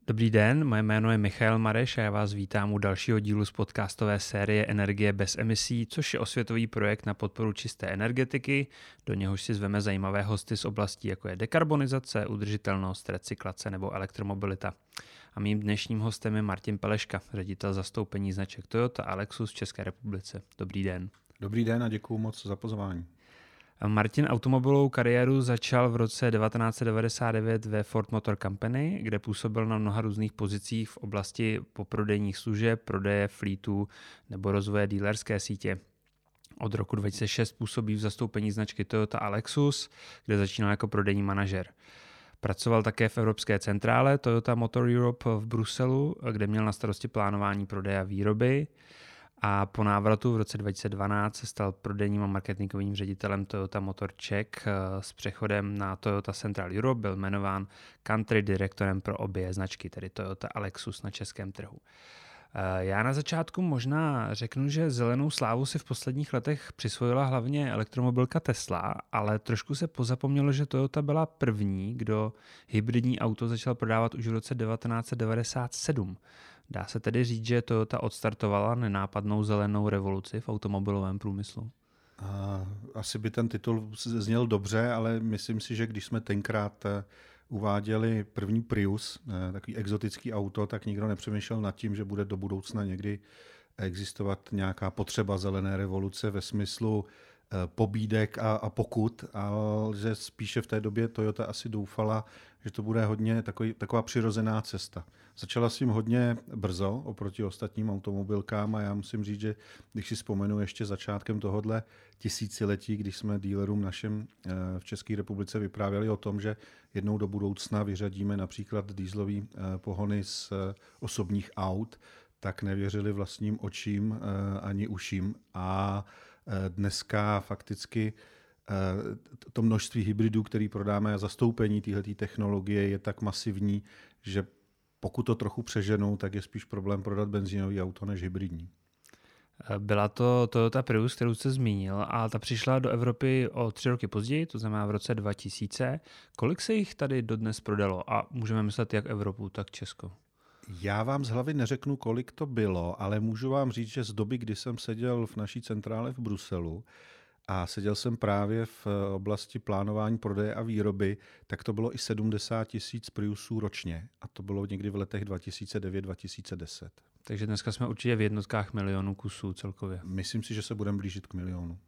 Dobrý den, moje jméno je Michal Mareš a já vás vítám u dalšího dílu z podcastové série Energie bez emisí, což je osvětový projekt na podporu čisté energetiky, do něhož si zveme zajímavé hosty z oblastí, jako je dekarbonizace, udržitelnost, recyklace nebo elektromobilita. A mým dnešním hostem je Martin Peleška, ředitel zastoupení značek Toyota a Lexus v České republice. Dobrý den. Dobrý den a děkuji moc za pozvání. Martin automobilovou kariéru začal v roce 1999 ve Ford Motor Company, kde působil na mnoha různých pozicích v oblasti poprodejních služeb, prodeje flítu nebo rozvoje dealerské sítě. Od roku 2006 působí v zastoupení značky Toyota a Lexus, kde začínal jako prodejní manažer. Pracoval také v evropské centrále Toyota Motor Europe v Bruselu, kde měl na starosti plánování prodeje a výroby. A po návratu v roce 2012 se stal prodejním a marketingovým ředitelem Toyota Motor Czech. S přechodem na Toyota Central Europe byl jmenován country direktorem pro obě značky, tedy Toyota a Lexus na českém trhu. Já na začátku možná řeknu, že zelenou slávu si v posledních letech přisvojila hlavně elektromobilka Tesla, ale trošku se pozapomnělo, že Toyota byla první, kdo hybridní auto začal prodávat už v roce 1997. Dá se tedy říct, že Toyota odstartovala nenápadnou zelenou revoluci v automobilovém průmyslu? Asi by ten titul zněl dobře, ale myslím si, že když jsme tenkrát uváděli první Prius, takový exotický auto, tak nikdo nepřemýšlel nad tím, že bude do budoucna někdy existovat nějaká potřeba zelené revoluce ve smyslu pobídek a pokut, ale že spíše v té době Toyota asi doufala, že to bude hodně taková přirozená cesta. Začala s tím hodně brzo oproti ostatním automobilkám a já musím říct, že když si vzpomenu ještě začátkem tohohle tisíciletí, když jsme dealerům našem v České republice vyprávěli o tom, že jednou do budoucna vyřadíme například dieselový pohony z osobních aut, tak nevěřili vlastním očím ani uším. A dneska fakticky to množství hybridů, který prodáme a zastoupení téhleté technologie je tak masivní, že pokud to trochu přeženou, tak je spíš problém prodat benzínový auto než hybridní. Byla to Toyota Prius, kterou jste zmínil, a ta přišla do Evropy o 3 roky později, to znamená v roce 2000. Kolik se jich tady dodnes prodalo? A můžeme myslet jak Evropu, tak Česko. Já vám z hlavy neřeknu, kolik to bylo, ale můžu vám říct, že z doby, kdy jsem seděl v naší centrále v Bruselu a seděl jsem právě v oblasti plánování prodeje a výroby, tak to bylo i 70 000 Priusů ročně. A to bylo někdy v letech 2009-2010. Takže dneska jsme určitě v jednotkách milionů kusů celkově. Myslím si, že se budeme blížit k milionu.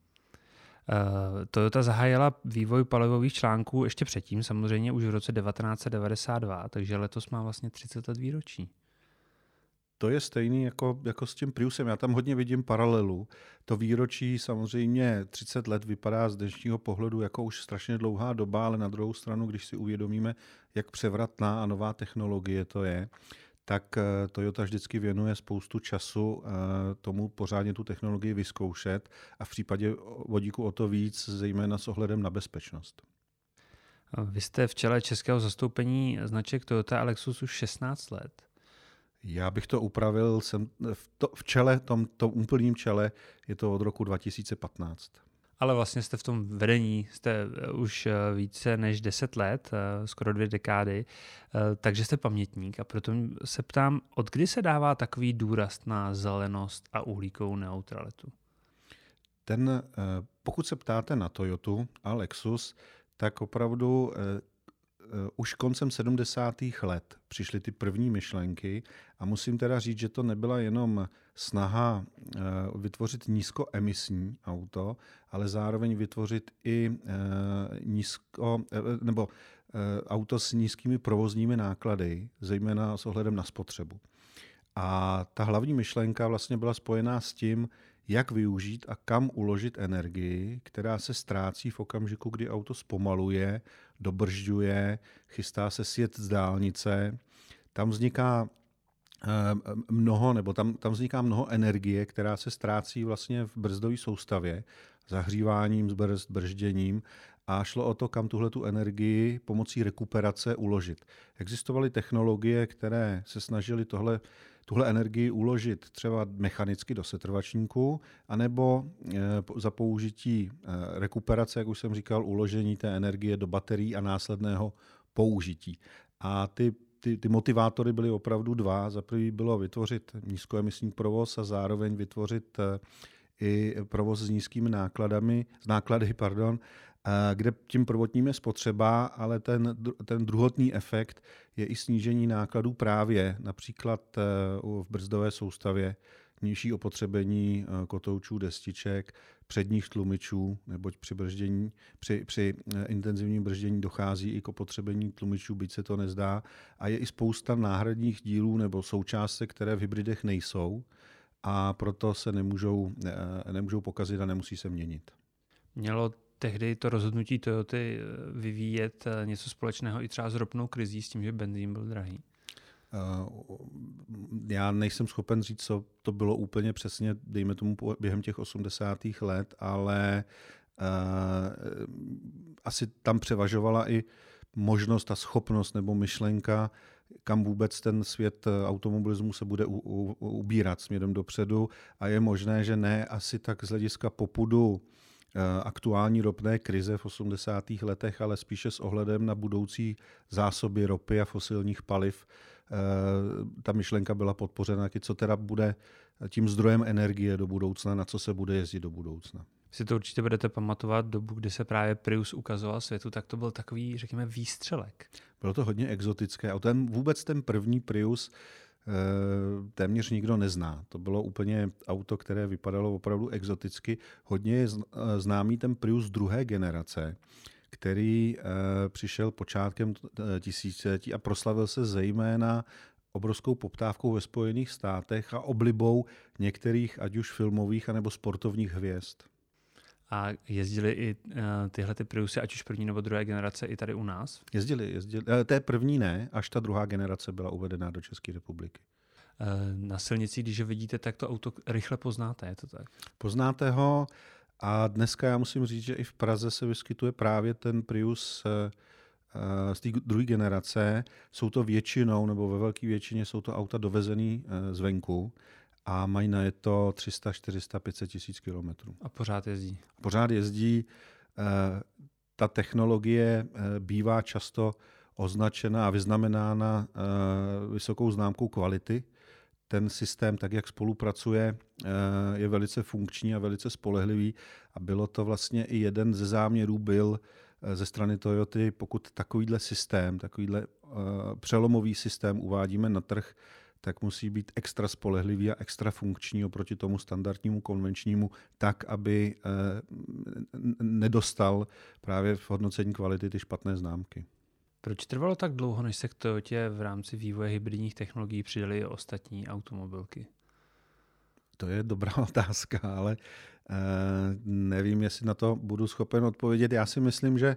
Toyota zahájila vývoj palivových článků ještě předtím, samozřejmě už v roce 1992, takže letos má vlastně 30 let výročí. To je stejný jako s tím Priusem. Já tam hodně vidím paralelu. To výročí samozřejmě 30 let vypadá z dnešního pohledu jako už strašně dlouhá doba, ale na druhou stranu, když si uvědomíme, jak převratná a nová technologie to je, tak Toyota vždycky věnuje spoustu času tomu pořádně tu technologii vyzkoušet a v případě vodíku o to víc, zejména s ohledem na bezpečnost. Vy jste v čele českého zastoupení značek Toyota a Lexus už 16 let. Já bych to upravil, jsem v čele, tom úplným čele, je to od roku 2015. Ale vlastně jste v tom vedení, jste už více než 10 let, skoro 2 dekády, takže jste pamětník a proto se ptám, od kdy se dává takový důraz na zelenost a uhlíkovou neutralitu? Pokud se ptáte na Toyotu a Lexus, tak opravdu už koncem 70. let přišly ty první myšlenky a musím teda říct, že to nebyla jenom snaha vytvořit nízkoemisní auto, ale zároveň vytvořit i auto s nízkými provozními náklady, zejména s ohledem na spotřebu. A ta hlavní myšlenka vlastně byla spojená s tím, jak využít a kam uložit energii, která se ztrácí v okamžiku, kdy auto zpomaluje, dobržďuje, chystá se sjet z dálnice. Tam vzniká tam vzniká mnoho energie, která se ztrácí vlastně v brzdové soustavě, zahříváním, bržděním, a šlo o to, kam tuhletu energii pomocí rekuperace uložit. Existovaly technologie, které se snažily tuhle energii uložit třeba mechanicky do setrvačníku, anebo za použití rekuperace, jak už jsem říkal, uložení té energie do baterií a následného použití. A ty ty motivátory byly opravdu dva. Za prvý bylo vytvořit nízkoemisní provoz a zároveň vytvořit i provoz s nízkými náklady, kde tím prvotním je spotřeba, ale ten druhotný efekt je i snížení nákladů právě například v brzdové soustavě, nižší opotřebení kotoučů, destiček, předních tlumičů, neboť při intenzivním brždění dochází i k opotřebení tlumičů, byť se to nezdá. A je i spousta náhradních dílů nebo součástek, které v hybridech nejsou a proto se nemůžou pokazit a nemusí se měnit. Mělo tehdy to rozhodnutí Toyoty vyvíjet něco společného i třeba s ropnou krizí, s tím, že benzín byl drahý? Já nejsem schopen říct, co to bylo úplně přesně, dejme tomu během těch 80. let, ale asi tam převažovala i možnost a schopnost nebo myšlenka, kam vůbec ten svět automobilismu se bude ubírat směrem dopředu a je možné, že ne asi tak z hlediska popudu aktuální ropné krize v 80. letech, ale spíše s ohledem na budoucí zásoby ropy a fosilních paliv. Ta myšlenka byla podpořena, co teda bude tím zdrojem energie do budoucna, na co se bude jezdit do budoucna. Si to určitě budete pamatovat, dobu, kdy se právě Prius ukazoval světu, tak to byl takový, řekněme, výstřelek. Bylo to hodně exotické a vůbec ten první Prius téměř nikdo nezná. To bylo úplně auto, které vypadalo opravdu exoticky. Hodně je známý ten Prius druhé generace, který přišel počátkem tisíciletí a proslavil se zejména obrovskou poptávkou ve Spojených státech a oblibou některých ať už filmových anebo sportovních hvězd. A jezdili i tyhle ty Priusy, ať už první nebo druhé generace, i tady u nás? Jezdili. Té první ne, až ta druhá generace byla uvedena do České republiky. Na silnici, když ho vidíte, tak to auto rychle poznáte, je to tak? Poznáte ho a dneska já musím říct, že i v Praze se vyskytuje právě ten Prius z té druhé generace. Jsou to většinou, nebo ve velké většině jsou to auta dovezený zvenku a mají na je to 300, 400, 500 tisíc kilometrů. A pořád jezdí? Pořád jezdí. Ta technologie bývá často označena a vyznamenána vysokou známkou kvality. Ten systém, tak jak spolupracuje, je velice funkční a velice spolehlivý a bylo to vlastně i jeden ze záměrů byl ze strany Toyoty, pokud takovýhle systém, takovýhle přelomový systém uvádíme na trh, tak musí být extra spolehlivý a extra funkční oproti tomu standardnímu konvenčnímu, tak, aby nedostal právě v hodnocení kvality ty špatné známky. Proč trvalo tak dlouho, než se k Toyotě v rámci vývoje hybridních technologií přidaly ostatní automobilky? To je dobrá otázka, ale nevím, jestli na to budu schopen odpovědět. Já si myslím, že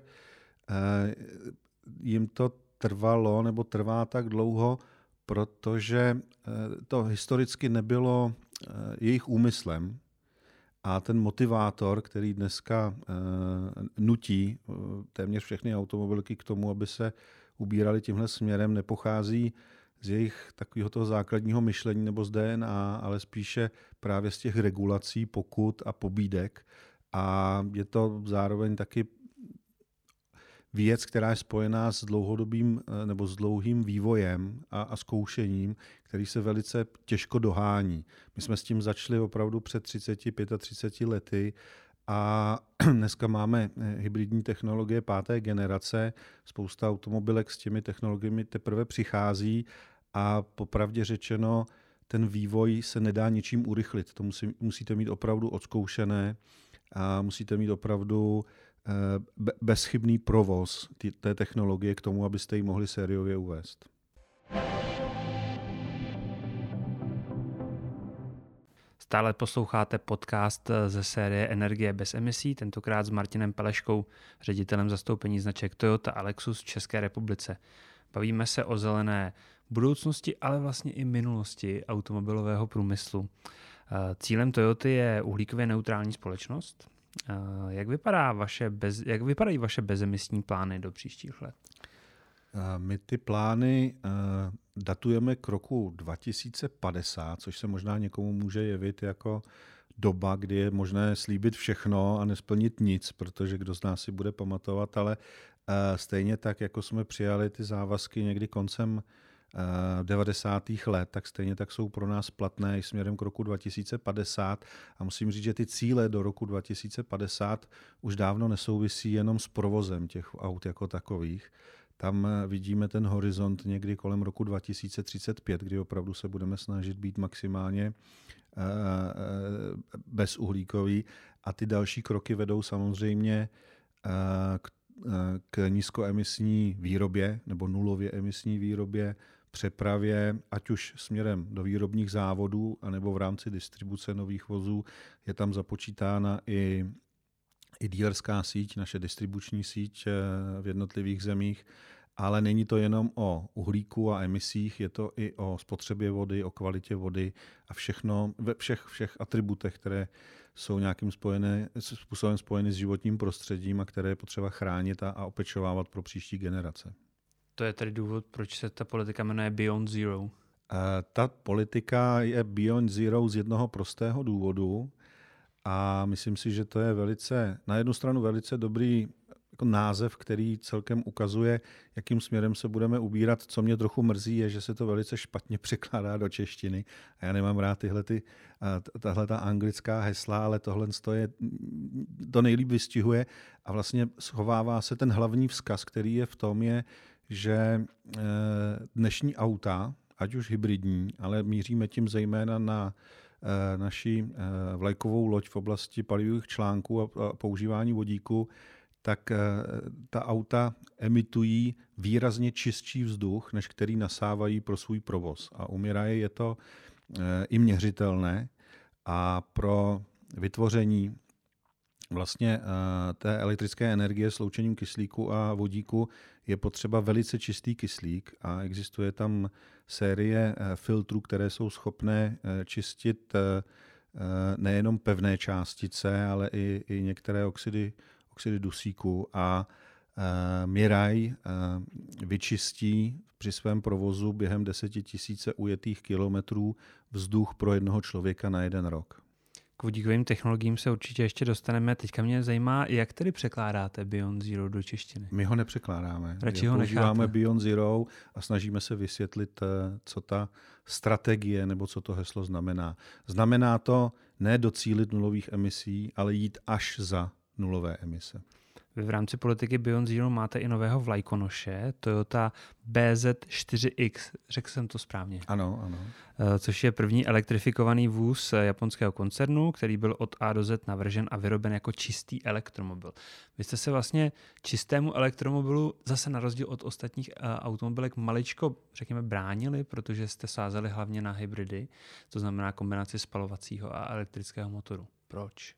jim to trvalo nebo trvá tak dlouho, protože to historicky nebylo jejich úmyslem a ten motivátor, který dneska nutí téměř všechny automobilky k tomu, aby se ubírali tímhle směrem, nepochází z jejich takového toho základního myšlení nebo z DNA, ale spíše právě z těch regulací, pokut a pobídek. A je to zároveň taky věc, která je spojená s dlouhodobým nebo s dlouhým vývojem a zkoušením, který se velice těžko dohání. My jsme s tím začali opravdu před 30, 35 lety a dneska máme hybridní technologie 5. generace. Spousta automobilek s těmi technologiemi teprve přichází a popravdě řečeno, ten vývoj se nedá ničím urychlit. To musíte mít opravdu odzkoušené a musíte mít opravdu bezchybný provoz té technologie k tomu, abyste ji mohli sériově uvést. Stále posloucháte podcast ze série Energie bez emisí, tentokrát s Martinem Peleškou, ředitelem zastoupení značek Toyota a Lexus v České republice. Bavíme se o zelené budoucnosti, ale vlastně i minulosti automobilového průmyslu. Cílem Toyoty je uhlíkově neutrální společnost. Jak vypadají vaše bezemisní plány do příštích let? My ty plány datujeme k roku 2050, což se možná někomu může jevit jako doba, kdy je možné slíbit všechno a nesplnit nic, protože kdo z nás si bude pamatovat, ale stejně tak, jako jsme přijali ty závazky někdy koncem 90. let, tak stejně tak jsou pro nás platné i směrem k roku 2050. A musím říct, že ty cíle do roku 2050 už dávno nesouvisí jenom s provozem těch aut jako takových. Tam vidíme ten horizont někdy kolem roku 2035, kdy opravdu se budeme snažit být maximálně bezuhlíkový. A ty další kroky vedou samozřejmě k nízkoemisní výrobě nebo nulově emisní výrobě, přepravě, ať už směrem do výrobních závodů, anebo v rámci distribuce nových vozů. Je tam započítána i dealerská síť, naše distribuční síť v jednotlivých zemích, ale není to jenom o uhlíku a emisích, je to i o spotřebě vody, o kvalitě vody a všechno, ve všech atributech, které jsou nějakým způsobem spojeny s životním prostředím a které je potřeba chránit a opečovávat pro příští generace. To je tedy důvod, proč se ta politika jmenuje Beyond Zero. Ta politika je Beyond Zero z jednoho prostého důvodu a myslím si, že to je na jednu stranu velice dobrý jako název, který celkem ukazuje, jakým směrem se budeme ubírat. Co mě trochu mrzí, je, že se to velice špatně překládá do češtiny. A já nemám rád tahle ta anglická hesla, ale tohle to nejlíp vystihuje a vlastně schovává se ten hlavní vzkaz, který je v tom, že dnešní auta, ať už hybridní, ale míříme tím zejména na naši vlajkovou loď v oblasti palivových článků a používání vodíku, tak ta auta emitují výrazně čistší vzduch, než který nasávají pro svůj provoz. A u Miraje je to i měřitelné a pro vytvoření vlastně té elektrické energie sloučením kyslíku a vodíku je potřeba velice čistý kyslík a existuje tam série filtrů, které jsou schopné čistit nejenom pevné částice, ale i některé oxidy dusíku a Mirai vyčistí při svém provozu během 10 000 ujetých kilometrů vzduch pro jednoho člověka na 1 rok. K vodíkovým technologiím se určitě ještě dostaneme. Teďka mě zajímá, jak tedy překládáte Beyond Zero do češtiny? My ho nepřekládáme. Radši ho používáme Beyond Zero a snažíme se vysvětlit, co ta strategie nebo co to heslo znamená. Znamená to ne docílit nulových emisí, ale jít až za nulové emise. Vy v rámci politiky Beyond Zero máte i nového vlajkonoše, Toyota BZ4X, řekl jsem to správně. Ano. Což je první elektrifikovaný vůz japonského koncernu, který byl od A do Z navržen a vyroben jako čistý elektromobil. Vy jste se vlastně čistému elektromobilu zase na rozdíl od ostatních automobilek maličko, řekněme, bránili, protože jste sázeli hlavně na hybridy, to znamená kombinaci spalovacího a elektrického motoru. Proč?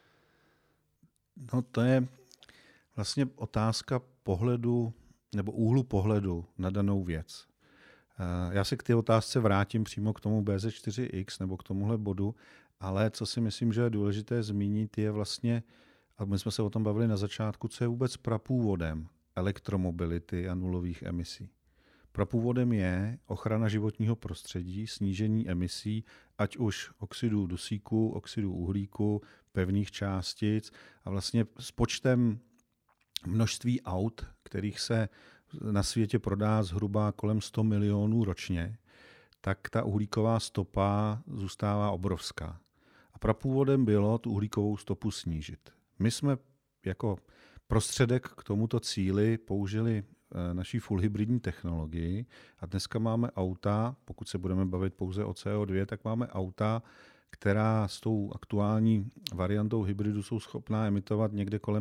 No to je vlastně otázka pohledu nebo úhlu pohledu na danou věc. Já se k té otázce vrátím přímo k tomu BZ4X nebo k tomuhle bodu, ale co si myslím, že je důležité zmínit, je vlastně, a my jsme se o tom bavili na začátku, co je vůbec prapůvodem elektromobility a nulových emisí. Prapůvodem je ochrana životního prostředí, snížení emisí, ať už oxidů dusíku, oxidů uhlíku, pevných částic a vlastně s počtem množství aut, kterých se na světě prodá zhruba kolem 100 milionů ročně, tak ta uhlíková stopa zůstává obrovská. A prapůvodem bylo tu uhlíkovou stopu snížit. My jsme jako prostředek k tomuto cíli použili naší full hybridní technologii a dneska máme auta, pokud se budeme bavit pouze o CO2, tak máme auta, která s tou aktuální variantou hybridu jsou schopná emitovat někde kolem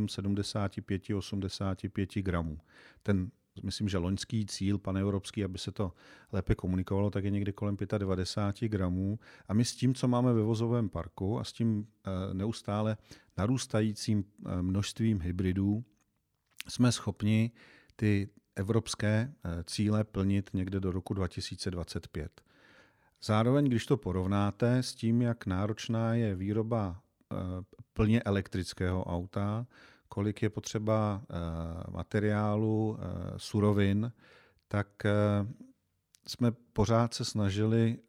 75-85 gramů. Myslím, že loňský cíl panevropský, aby se to lépe komunikovalo, tak je někde kolem 95 gramů. A my s tím, co máme ve vozovém parku a s tím neustále narůstajícím množstvím hybridů, jsme schopni ty evropské cíle plnit někde do roku 2025. Zároveň, když to porovnáte s tím, jak náročná je výroba plně elektrického auta, kolik je potřeba materiálu, surovin, tak jsme pořád se snažili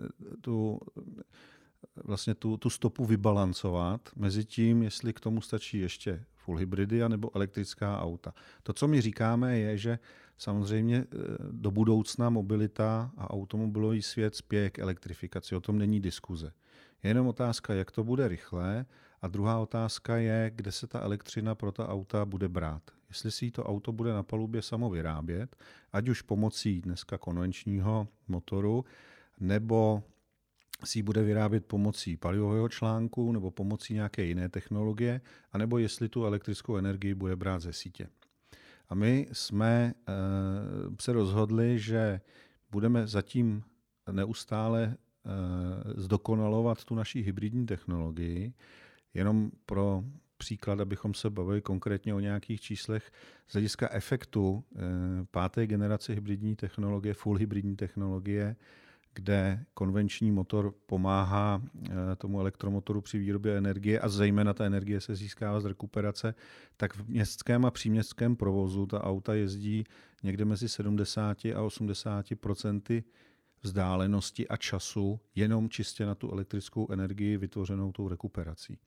tu stopu vybalancovat mezi tím, jestli k tomu stačí ještě full hybridy anebo elektrická auta. To, co my říkáme, je, že samozřejmě do budoucna mobilita a automobilový svět spěje k elektrifikaci. O tom není diskuze. Je jenom otázka, jak to bude rychle, a druhá otázka je, kde se ta elektřina pro ta auta bude brát. Jestli si to auto bude na palubě samo vyrábět, ať už pomocí dneska konvenčního motoru, nebo si ji bude vyrábět pomocí palivového článku nebo pomocí nějaké jiné technologie, anebo jestli tu elektrickou energii bude brát ze sítě. A my jsme se rozhodli, že budeme zatím neustále zdokonalovat tu naši hybridní technologii. Jenom pro příklad, abychom se bavili konkrétně o nějakých číslech, z hlediska efektu 5. generace hybridní technologie, full hybridní technologie, kde konvenční motor pomáhá tomu elektromotoru při výrobě energie a zejména ta energie se získává z rekuperace, tak v městském a příměstském provozu ta auta jezdí někde mezi 70 a 80% vzdálenosti a času jenom čistě na tu elektrickou energii vytvořenou tou rekuperací.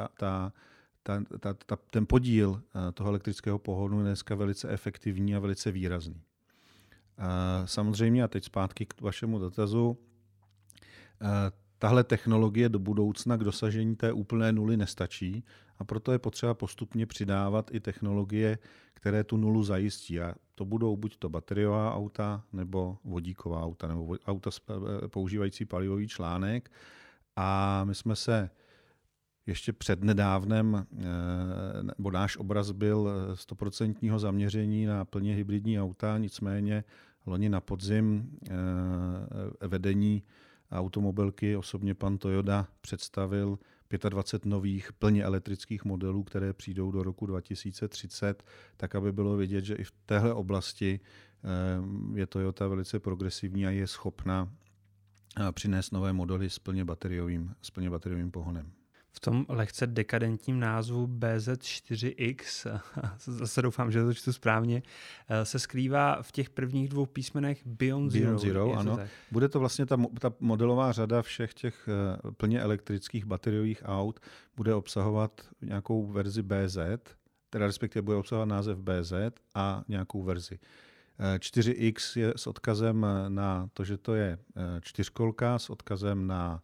Ten podíl toho elektrického pohonu je dneska velice efektivní a velice výrazný. Samozřejmě, a teď zpátky k vašemu dotazu, tahle technologie do budoucna k dosažení té úplné nuly nestačí a proto je potřeba postupně přidávat i technologie, které tu nulu zajistí. A to budou buď to bateriová auta, nebo vodíková auta, nebo auta používající palivový článek. A my jsme se ještě přednedávnem, nebo náš obraz byl 100% zaměření na plně hybridní auta, nicméně loni na podzim vedení automobilky, osobně pan Toyoda, představil 25 nových plně elektrických modelů, které přijdou do roku 2030, tak aby bylo vidět, že i v téhle oblasti je Toyota velice progresivní a je schopna přinést nové modely s plně bateriovým pohonem. V tom lehce dekadentním názvu BZ4X, zase doufám, že to čtu správně, se skrývá v těch prvních dvou písmenech Beyond Zero. Ano. Bude to vlastně ta modelová řada všech těch plně elektrických bateriových aut bude obsahovat nějakou verzi BZ, teda respektive bude obsahovat název BZ a nějakou verzi. 4X je s odkazem na to, že to je čtyřkolka, s odkazem na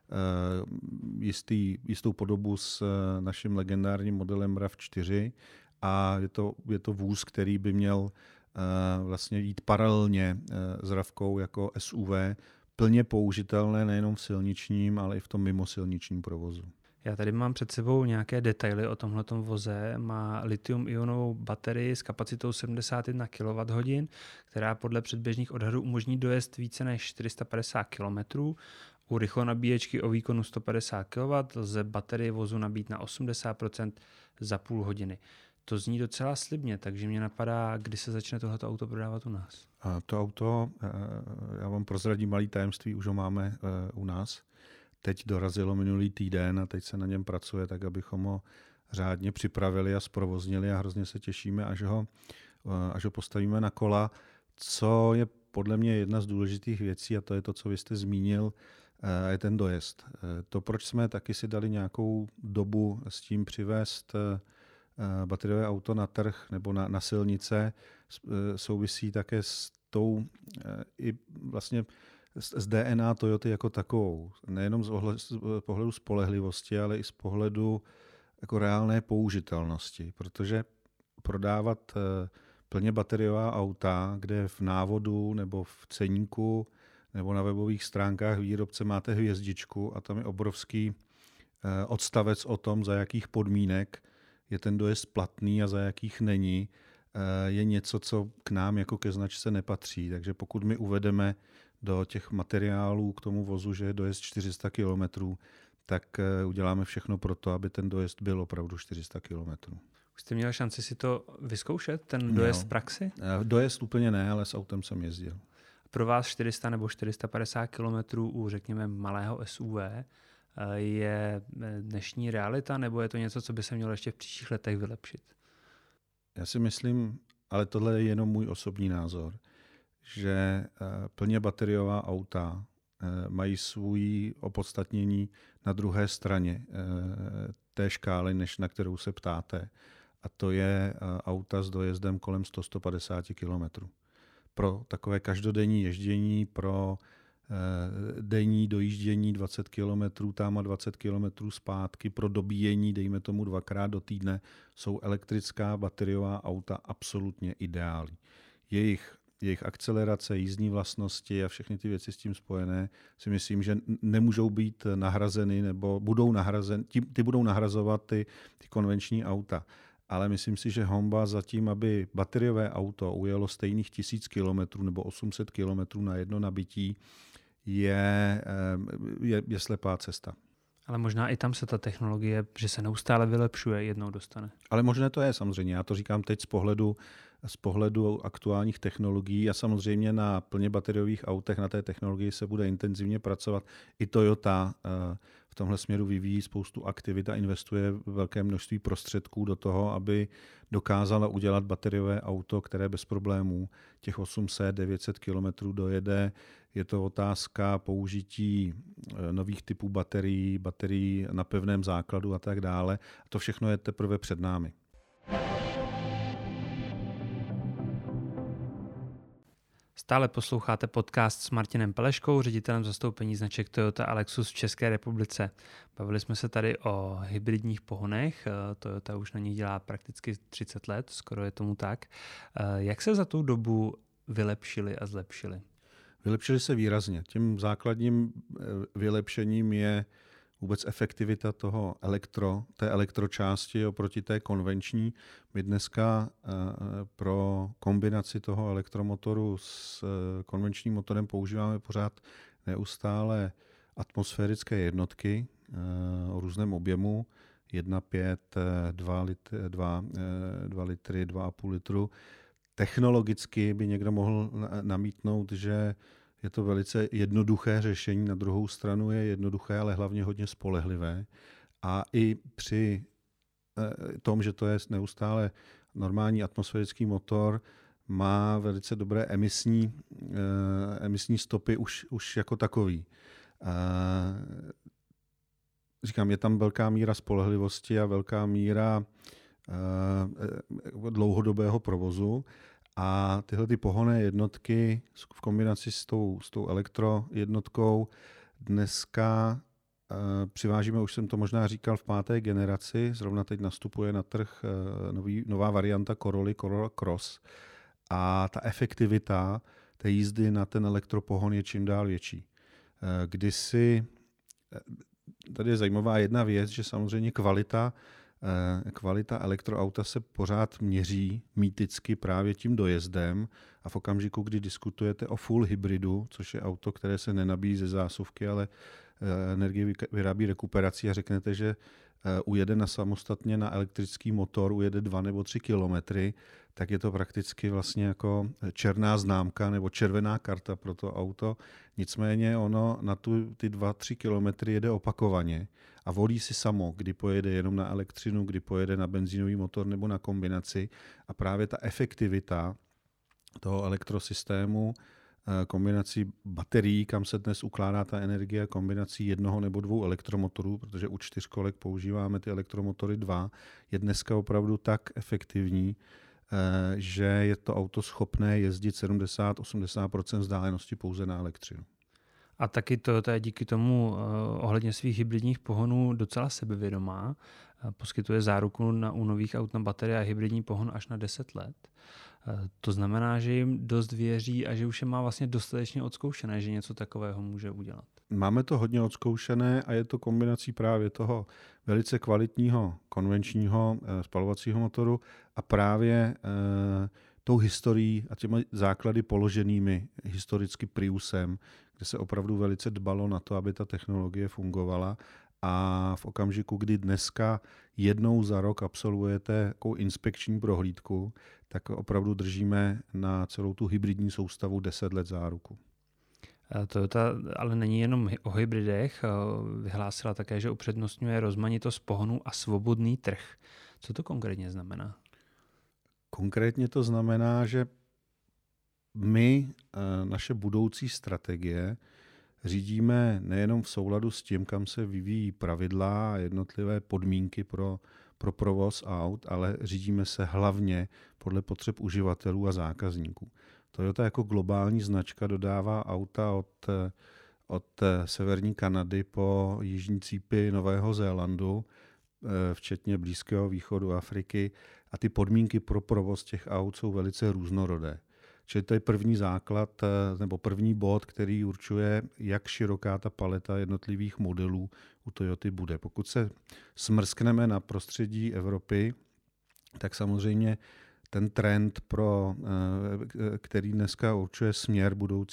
jistou podobu s naším legendárním modelem RAV4 a je to vůz, který by měl vlastně jít paralelně s RAVkou jako SUV, plně použitelné nejenom v silničním, ale i v tom mimosilničním provozu. Já tady mám před sebou nějaké detaily o tomhletom voze. Má litium-ionovou baterii s kapacitou 71 kWh, která podle předběžných odhadů umožní dojezd více než 450 km. U rychlonabíječky o výkonu 150 kW lze baterii vozu nabít na 80% za půl hodiny. To zní docela slibně, takže mě napadá, kdy se začne tohleto auto prodávat u nás. A to auto, já vám prozradím malý tajemství, už ho máme u nás. Teď dorazilo minulý týden a teď se na něm pracuje tak, abychom ho řádně připravili a zprovoznili a hrozně se těšíme, až ho postavíme na kola. Co je podle mě jedna z důležitých věcí, a to je to, co vy jste zmínil, je ten dojezd. To, proč jsme taky si dali nějakou dobu s tím přivést bateriové auto na trh nebo na silnice, souvisí také s tou i vlastně z DNA Toyoty jako takovou. Nejenom z pohledu spolehlivosti, ale i z pohledu jako reálné použitelnosti, protože prodávat plně bateriová auta, kde v návodu nebo v ceníku nebo na webových stránkách výrobce máte hvězdičku a tam je obrovský odstavec o tom, za jakých podmínek je ten dojezd platný a za jakých není, je něco, co k nám jako ke značce nepatří. Takže pokud my uvedeme do těch materiálů k tomu vozu, že je dojezd 400 km, tak uděláme všechno pro to, aby ten dojezd byl opravdu 400 km. Už jste měl šanci si to vyzkoušet, ten dojezd v praxi? Dojezd úplně ne, ale s autem jsem jezdil. Pro vás 400 nebo 450 km u, řekněme, malého SUV je dnešní realita, nebo je to něco, co by se mělo ještě v příštích letech vylepšit? Já si myslím, ale tohle je jenom můj osobní názor, že plně bateriová auta mají svůj opodstatnění na druhé straně té škály, než na kterou se ptáte. A to je auta s dojezdem kolem 100-150 km. pro takové každodenní ježdění, pro denní dojíždění 20 km tam a 20 km zpátky, pro dobíjení, dejme tomu 2x do týdne, jsou elektrická bateriová auta absolutně ideální. Jejich akcelerace, jízdní vlastnosti a všechny ty věci s tím spojené si myslím, že nemůžou být nahrazeny nebo ty budou nahrazovat ty konvenční auta. Ale myslím si, že Honda zatím, aby bateriové auto ujelo stejných 1000 km nebo 800 km na jedno nabití, je slepá cesta. Ale možná i tam se ta technologie, že se neustále vylepšuje, jednou dostane. Ale možné to je samozřejmě. Já to říkám teď z pohledu aktuálních technologií a samozřejmě na plně bateriových autech na té technologii se bude intenzivně pracovat. I Toyota v tomhle směru vyvíjí spoustu aktivit a investuje velké množství prostředků do toho, aby dokázala udělat bateriové auto, které bez problémů těch 800-900 km dojede. Je to otázka použití nových typů baterií na pevném základu a tak dále. A to všechno je teprve před námi. Stále posloucháte podcast s Martinem Peleškou, ředitelem zastoupení značek Toyota a Lexus v České republice. Bavili jsme se tady o hybridních pohonech. Toyota už na nich dělá prakticky 30 let, skoro je tomu tak. Jak se za tu dobu vylepšili a zlepšili? Vylepšili se výrazně. Tím základním vylepšením je vůbec efektivita té elektročásti oproti té konvenční. My dneska pro kombinaci toho elektromotoru s konvenčním motorem používáme pořád neustále atmosférické jednotky o různém objemu 1,5, 2 litry, 2,5 litru. Technologicky by někdo mohl namítnout, že je to velice jednoduché řešení, na druhou stranu je jednoduché, ale hlavně hodně spolehlivé. A i při tom, že to je neustále normální atmosférický motor, má velice dobré emisní stopy už jako takový. Říkám, je tam velká míra spolehlivosti a velká míra dlouhodobého provozu. A tyhle ty pohonné jednotky v kombinaci s tou elektrojednotkou dneska přivážíme, už jsem to možná říkal, v 5. generaci. Zrovna teď nastupuje na trh nová varianta Corolla Cross. A ta efektivita té jízdy na ten elektropohon je čím dál větší. Tady je zajímavá jedna věc, že samozřejmě kvalita elektroauta se pořád měří mýticky právě tím dojezdem a v okamžiku, kdy diskutujete o full hybridu, což je auto, které se nenabíjí ze zásuvky, ale energii vyrábí rekuperací a řeknete, že ujede samostatně na elektrický motor, ujede 2 nebo 3 kilometry, tak je to prakticky vlastně jako černá známka nebo červená karta pro to auto. Nicméně ono na ty 2-3 kilometry jede opakovaně a volí si samo, kdy pojede jenom na elektřinu, kdy pojede na benzínový motor nebo na kombinaci. A právě ta efektivita toho elektrosystému, kombinací baterií, kam se dnes ukládá ta energie, kombinací 1 nebo 2 elektromotorů, protože u 4kolek používáme ty elektromotory 2, je dneska opravdu tak efektivní, že je to auto schopné jezdit 70-80% vzdálenosti pouze na elektřinu. A taky Toyota je díky tomu ohledně svých hybridních pohonů docela sebevědomá. Poskytuje záruku u nových aut na baterie a hybridní pohon až na 10 let. To znamená, že jim dost věří a že už je má vlastně dostatečně odzkoušené, že něco takového může udělat. Máme to hodně odzkoušené a je to kombinací právě toho velice kvalitního konvenčního spalovacího motoru a právě tou historií a těmi základy položenými historicky Priusem, kde se opravdu velice dbalo na to, aby ta technologie fungovala. A v okamžiku, kdy dneska jednou za rok absolvujete takovou inspekční prohlídku, tak opravdu držíme na celou tu hybridní soustavu 10 let záruku. Toyota ale není jenom o hybridech, vyhlásila také, že upřednostňuje rozmanitost pohonů a svobodný trh. Co to konkrétně znamená? Konkrétně to znamená, že my naše budoucí strategie řídíme nejenom v souladu s tím, kam se vyvíjí pravidla a jednotlivé podmínky pro provoz aut, ale řídíme se hlavně podle potřeb uživatelů a zákazníků. Toyota jako globální značka dodává auta od severní Kanady po jižní cípy Nového Zélandu, včetně Blízkého východu, Afriky, a ty podmínky pro provoz těch aut jsou velice různorodé. Čili to je první základ nebo první bod, který určuje, jak široká ta paleta jednotlivých modelů u Toyoty bude. Pokud se smrskneme na prostředí Evropy, tak samozřejmě ten trend, který dneska určuje směr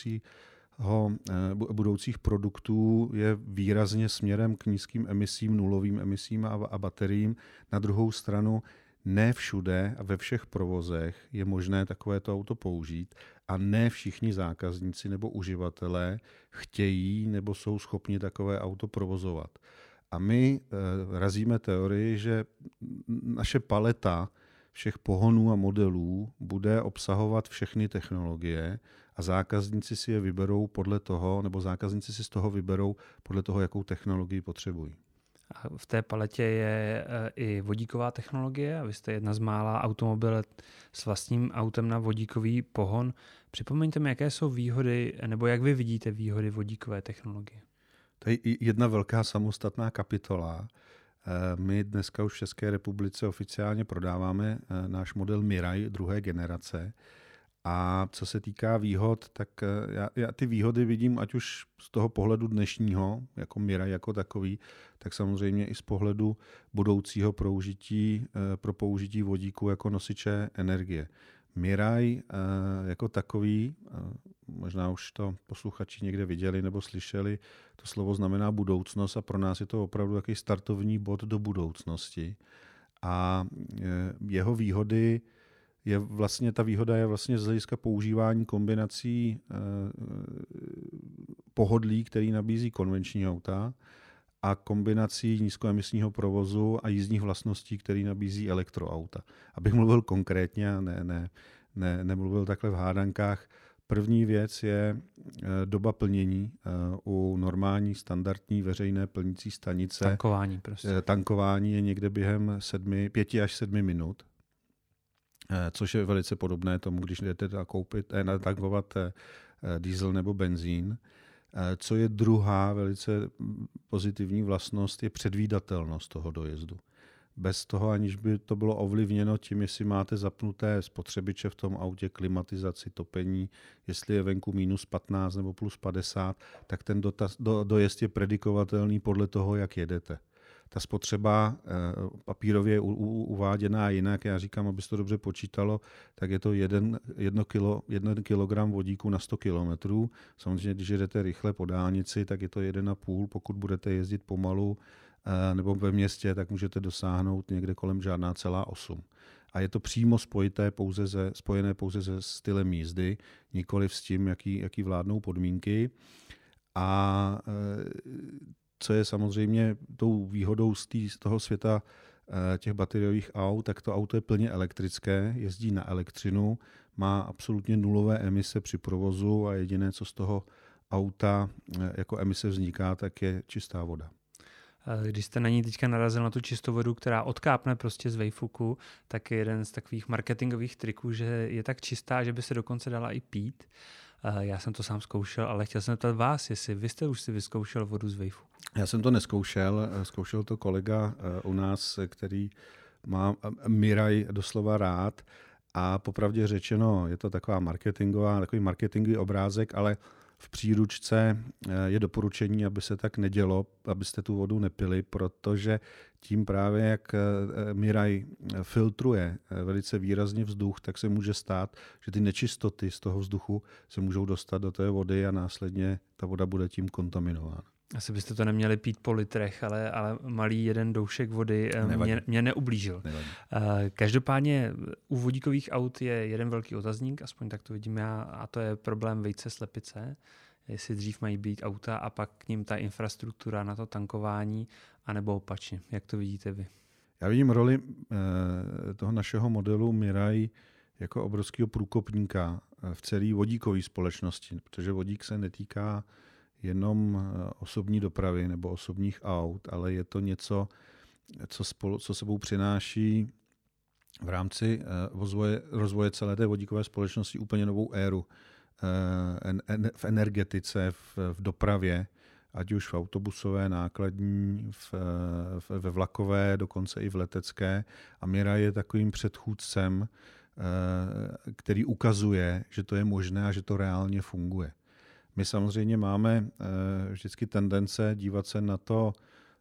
budoucích produktů, je výrazně směrem k nízkým emisím, nulovým emisím a bateriím. Na druhou stranu ne všude a ve všech provozech je možné takovéto auto použít a ne všichni zákazníci nebo uživatelé chtějí nebo jsou schopni takové auto provozovat. A my razíme teorii, že naše paleta všech pohonů a modelů bude obsahovat všechny technologie a zákazníci si je vyberou podle toho, nebo zákazníci si z toho vyberou podle toho, jakou technologii potřebují. A v té paletě je i vodíková technologie a vy jste jedna z mála automobil s vlastním autem na vodíkový pohon. Připomeňte mi, jaké jsou výhody, nebo jak vy vidíte výhody vodíkové technologie? To je jedna velká samostatná kapitola. My dneska už v České republice oficiálně prodáváme náš model Mirai druhé generace. A co se týká výhod, tak já ty výhody vidím ať už z toho pohledu dnešního, jako Mirai jako takový, tak samozřejmě i z pohledu budoucího pro použití vodíku jako nosiče energie. Mirai jako takový, možná už to posluchači někde viděli nebo slyšeli, to slovo znamená budoucnost a pro nás je to opravdu takový startovní bod do budoucnosti. A jeho výhody ta výhoda je vlastně z hlediska používání kombinací pohodlí, který nabízí konvenční auta, a kombinací nízkoemisního provozu a jízdních vlastností, který nabízí elektroauta. Abych mluvil konkrétně a nemluvil takhle v hádankách, první věc je doba plnění u normální standardní veřejné plnící stanice. Tankování prostě. Tankování je někde během 5 až 7 minut. Což je velice podobné tomu, když jdete natankovat diesel nebo benzín. Co je druhá velice pozitivní vlastnost, je předvídatelnost toho dojezdu. Bez toho, aniž by to bylo ovlivněno tím, jestli máte zapnuté spotřebiče v tom autě, klimatizaci, topení, jestli je venku minus 15 nebo plus 50, tak ten dojezd je predikovatelný podle toho, jak jedete. Ta spotřeba papírově je uváděná jinak. Já říkám, aby se to dobře počítalo, tak je to 1 kilogram vodíku na 100 kilometrů. Samozřejmě, když jedete rychle po dálnici, tak je to 1,5. Pokud budete jezdit pomalu nebo ve městě, tak můžete dosáhnout někde kolem 0,8. A je to přímo spojené pouze se stylem jízdy, nikoliv s tím, jaký vládnou podmínky. A co je samozřejmě tou výhodou z toho světa těch bateriových aut, tak to auto je plně elektrické, jezdí na elektřinu, má absolutně nulové emise při provozu a jediné, co z toho auta jako emise vzniká, tak je čistá voda. Když jste na ní teďka narazil na tu čistou vodu, která odkápne prostě z vejfuku, tak je jeden z takových marketingových triků, že je tak čistá, že by se dokonce dala i pít. Já jsem to sám zkoušel, ale chtěl jsem zeptat vás, jestli vy jste už si vyzkoušel vodu z vejfuku. Já jsem to neskoušel, zkoušel to kolega u nás, který má Mirai doslova rád, a popravdě řečeno, je to takový marketingový obrázek, ale v příručce je doporučení, aby se tak nedělo, abyste tu vodu nepili, protože tím právě, jak Mirai filtruje velice výrazně vzduch, tak se může stát, že ty nečistoty z toho vzduchu se můžou dostat do té vody a následně ta voda bude tím kontaminována. Asi byste to neměli pít po litrech, ale malý jeden doušek vody mě neublížil. Nevadí. Každopádně u vodíkových aut je jeden velký otazník, aspoň tak to vidím já, a to je problém vejce slepice. Jestli dřív mají být auta a pak k ním ta infrastruktura na to tankování, anebo opačně. Jak to vidíte vy? Já vidím roli toho našeho modelu Mirai jako obrovského průkopníka v celé vodíkové společnosti, protože vodík se netýká jenom osobní dopravy nebo osobních aut, ale je to něco, co sebou přináší v rámci rozvoje celé té vodíkové společnosti úplně novou éru v energetice, v dopravě, ať už v autobusové, nákladní, ve vlakové, dokonce i v letecké. A Mirai je takovým předchůdcem, který ukazuje, že to je možné a že to reálně funguje. My samozřejmě máme vždycky tendence dívat se na to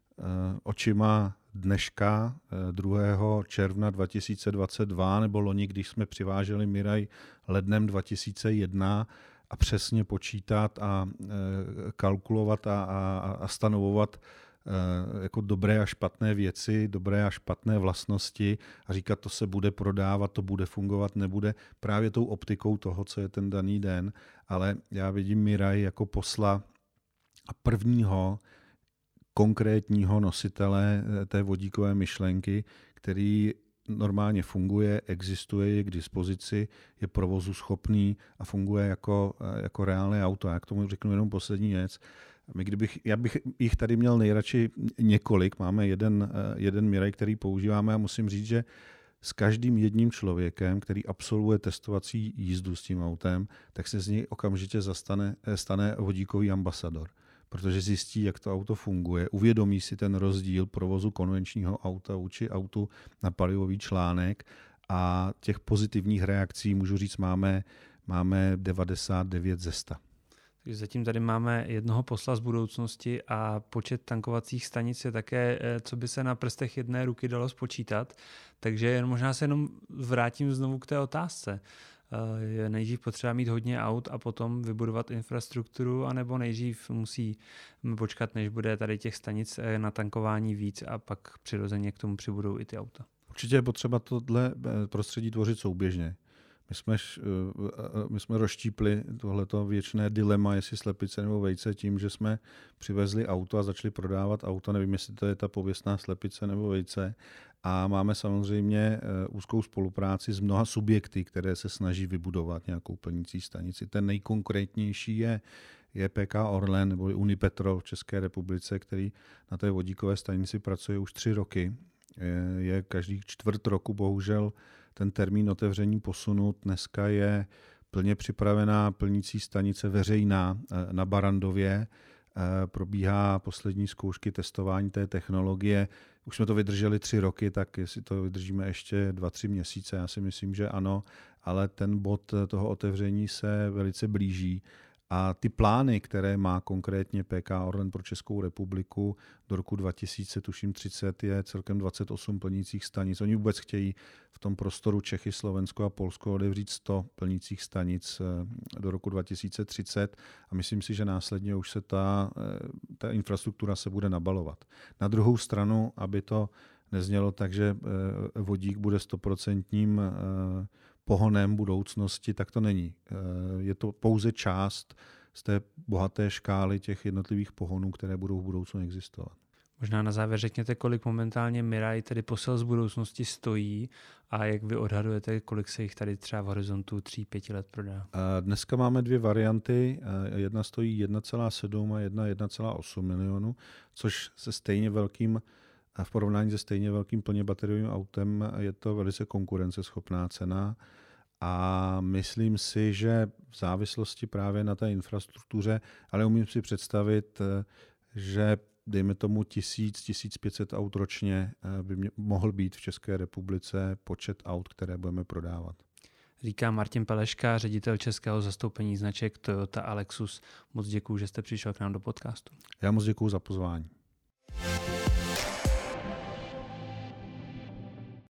očima dneška 2. června 2022 nebo loni, když jsme přiváželi Mirai lednem 2001 a přesně počítat a kalkulovat a stanovovat jako dobré a špatné věci, dobré a špatné vlastnosti a říkat, to se bude prodávat, to bude fungovat, nebude, právě tou optikou toho, co je ten daný den. Ale já vidím Mirai jako posla a prvního konkrétního nositele té vodíkové myšlenky, který normálně funguje, existuje, je k dispozici, je provozu schopný a funguje jako reálné auto. Já k tomu řeknu jenom poslední věc. Já bych jich tady měl nejradši několik. Máme jeden Mirai, který používáme a musím říct, že s každým jedním člověkem, který absolvuje testovací jízdu s tím autem, tak se z něj okamžitě stane vodíkový ambasador. Protože zjistí, jak to auto funguje, uvědomí si ten rozdíl provozu konvenčního auta vůči autu na palivový článek a těch pozitivních reakcí, můžu říct, máme 99 ze 100. Takže zatím tady máme jednoho posla z budoucnosti a počet tankovacích stanic je také, co by se na prstech jedné ruky dalo spočítat. Takže možná se jenom vrátím znovu k té otázce. Je nejdřív potřeba mít hodně aut a potom vybudovat infrastrukturu, anebo nejdřív musí počkat, než bude tady těch stanic na tankování víc a pak přirozeně k tomu přibudou i ty auta? Určitě je potřeba tohle prostředí tvořit souběžně. My jsme rozštípli tohleto věčné dilema, jestli slepice nebo vejce, tím, že jsme přivezli auto a začali prodávat auto. Nevím, jestli to je ta pověstná slepice nebo vejce. A máme samozřejmě úzkou spolupráci s mnoha subjekty, které se snaží vybudovat nějakou plnící stanici. Ten nejkonkrétnější je PK Orlen nebo Unipetrol v České republice, který na té vodíkové stanici pracuje už 3 roky. Je každý čtvrt roku bohužel ten termín otevření posunut. Dneska je plně připravená plnící stanice veřejná na Barrandově. Probíhá poslední zkoušky testování té technologie. Už jsme to vydrželi 3 roky, tak jestli to vydržíme ještě 2-3 měsíce, já si myslím, že ano, ale ten bod toho otevření se velice blíží. A ty plány, které má konkrétně PK Orlen pro Českou republiku do roku 2030, je celkem 28 plnících stanic. Oni vůbec chtějí v tom prostoru Čechy, Slovensko a Polsko otevřít 100 plnících stanic do roku 2030 a myslím si, že následně už se ta infrastruktura se bude nabalovat. Na druhou stranu, aby to neznělo tak, že vodík bude 100% pohonem budoucnosti, tak to není. Je to pouze část z té bohaté škály těch jednotlivých pohonů, které budou v budoucnu existovat. Možná na závěr řekněte, kolik momentálně Mirai, tedy posel z budoucnosti, stojí a jak vy odhadujete, kolik se jich tady třeba v horizontu 3-5 let prodá? Dneska máme 2 varianty. Jedna stojí 1,7 a jedna 1,8 milionu, což se stejně velkým a v porovnání se stejně velkým plně bateriovým autem je to velice konkurenceschopná cena a myslím si, že v závislosti právě na té infrastruktuře, ale umím si představit, že dejme tomu 1000-1500 aut ročně by mohl být v České republice počet aut, které budeme prodávat. Říká Martin Peleška, ředitel českého zastoupení značek Toyota a Lexus. Moc děkuju, že jste přišel k nám do podcastu. Já moc děkuju za pozvání.